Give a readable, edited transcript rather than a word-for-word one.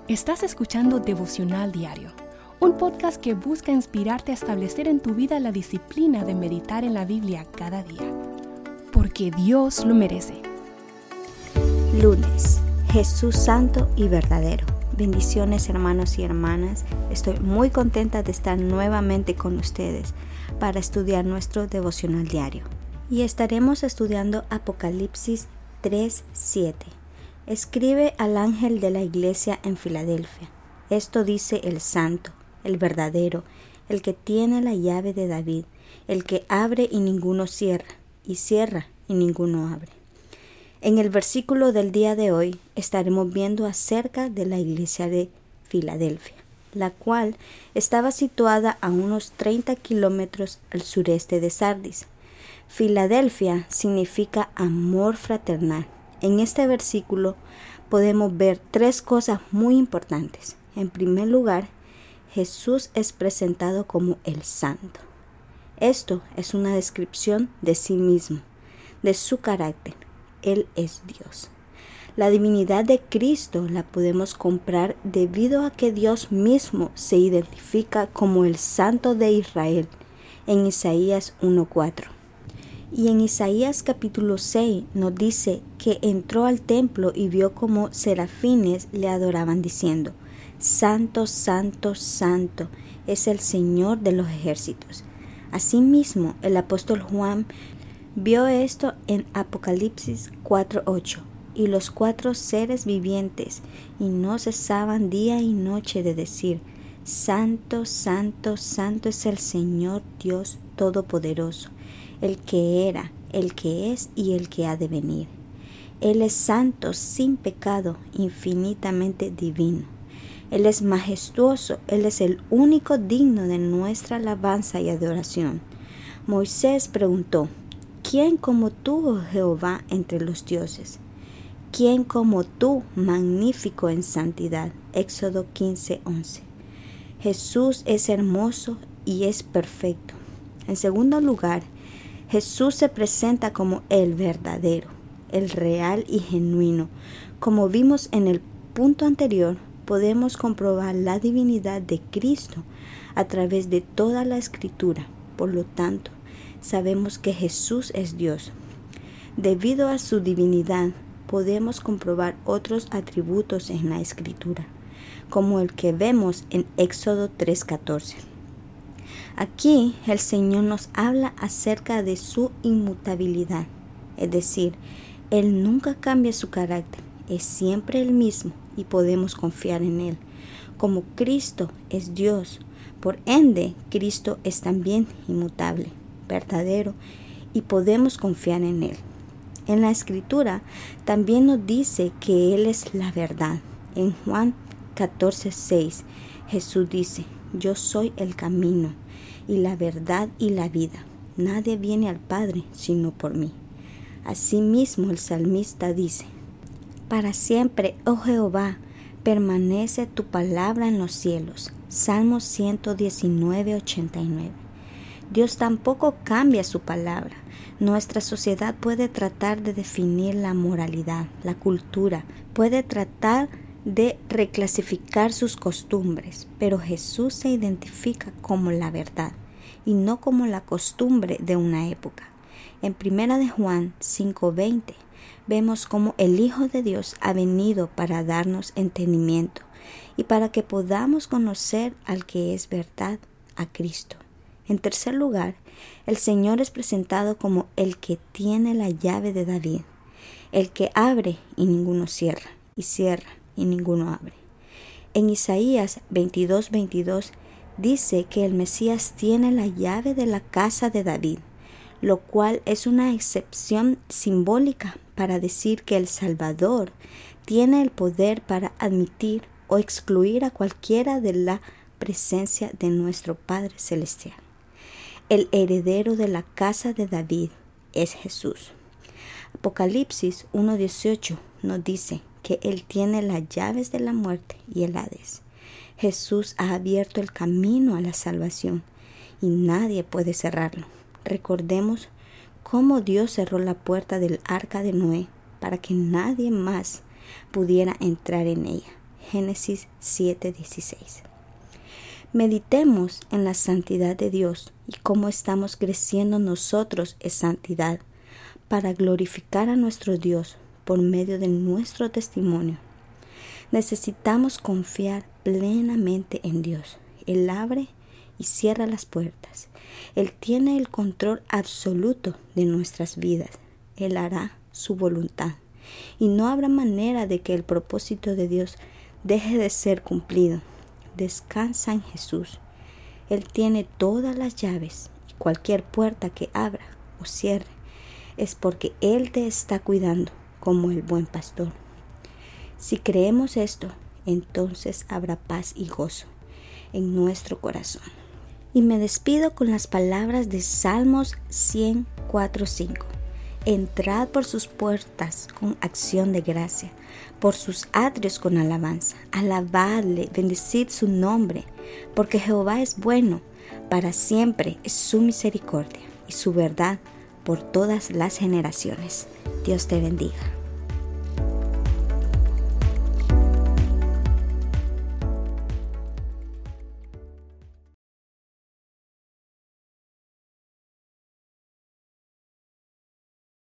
Estás escuchando Devocional Diario, un podcast que busca inspirarte a establecer en tu vida la disciplina de meditar en la Biblia cada día, porque Dios lo merece. Lunes, Jesús santo y verdadero. Bendiciones, hermanos y hermanas. Estoy muy contenta de estar nuevamente con ustedes para estudiar nuestro devocional diario. Y estaremos estudiando Apocalipsis 3:7. Escribe al ángel de la iglesia en Filadelfia. Esto dice el santo, el verdadero, el que tiene la llave de David, el que abre y ninguno cierra, y cierra y ninguno abre. En el versículo del día de hoy estaremos viendo acerca de la iglesia de Filadelfia, la cual estaba situada a unos 30 kilómetros al sureste de Sardis. Filadelfia significa amor fraternal. En este versículo podemos ver tres cosas muy importantes. En primer lugar, Jesús es presentado como el Santo. Esto es una descripción de sí mismo, de su carácter. Él es Dios. La divinidad de Cristo la podemos comprar debido a que Dios mismo se identifica como el Santo de Israel en Isaías 1:4. Y en Isaías capítulo 6 nos dice que entró al templo y vio como serafines le adoraban diciendo: Santo, Santo, Santo es el Señor de los ejércitos. Asimismo, el apóstol Juan vio esto en Apocalipsis 4:8. Y los cuatro seres vivientes y no cesaban día y noche de decir: Santo, Santo, Santo es el Señor Dios Todopoderoso, el que era, el que es y el que ha de venir. Él es santo, sin pecado, infinitamente divino. Él es majestuoso, Él es el único digno de nuestra alabanza y adoración. Moisés preguntó: ¿Quién como tú, oh Jehová, entre los dioses? ¿Quién como tú, magnífico en santidad? Éxodo 15:11. Jesús es hermoso y es perfecto. En segundo lugar, Jesús se presenta como el verdadero, el real y genuino. Como vimos en el punto anterior, podemos comprobar la divinidad de Cristo a través de toda la Escritura. Por lo tanto, sabemos que Jesús es Dios. Debido a su divinidad, podemos comprobar otros atributos en la Escritura, como el que vemos en Éxodo 3:14. Aquí el Señor nos habla acerca de su inmutabilidad, es decir, Él nunca cambia su carácter, es siempre el mismo y podemos confiar en Él. Como Cristo es Dios, por ende, Cristo es también inmutable, verdadero y podemos confiar en Él. En la Escritura también nos dice que Él es la verdad. En Juan 14:6, Jesús dice: Yo soy el camino y la verdad y la vida. Nadie viene al Padre sino por mí. Asimismo el salmista dice: Para siempre, oh Jehová, permanece tu palabra en los cielos. Salmo 119:89. Dios tampoco cambia su palabra. Nuestra sociedad puede tratar de definir la moralidad, la cultura, puede tratar de reclasificar sus costumbres, pero Jesús se identifica como la verdad y no como la costumbre de una época. En 1 de Juan 5:20 vemos cómo el Hijo de Dios ha venido para darnos entendimiento y para que podamos conocer al que es verdad, a Cristo. En tercer lugar, el Señor es presentado como el que tiene la llave de David, el que abre y ninguno cierra, y cierra y ninguno abre. En Isaías 22:22 dice que el Mesías tiene la llave de la casa de David, lo cual es una excepción simbólica para decir que el Salvador tiene el poder para admitir o excluir a cualquiera de la presencia de nuestro Padre Celestial. El heredero de la casa de David es Jesús. Apocalipsis 1:18 nos dice que Él tiene las llaves de la muerte y el Hades. Jesús ha abierto el camino a la salvación y nadie puede cerrarlo. Recordemos cómo Dios cerró la puerta del arca de Noé para que nadie más pudiera entrar en ella. Génesis 7:16. Meditemos en la santidad de Dios y cómo estamos creciendo nosotros en santidad para glorificar a nuestro Dios por medio de nuestro testimonio. Necesitamos confiar plenamente en Dios. Él abre y cierra las puertas. Él tiene el control absoluto de nuestras vidas. Él hará su voluntad. Y no habrá manera de que el propósito de Dios deje de ser cumplido. Descansa en Jesús. Él tiene todas las llaves y cualquier puerta que abra o cierre es porque Él te está cuidando como el buen pastor. Si creemos esto, entonces habrá paz y gozo en nuestro corazón. Y me despido con las palabras de Salmos 104:5. Entrad por sus puertas con acción de gracia, por sus atrios con alabanza. Alabadle, bendecid su nombre, porque Jehová es bueno, para siempre es su misericordia y su verdad por todas las generaciones. Dios te bendiga.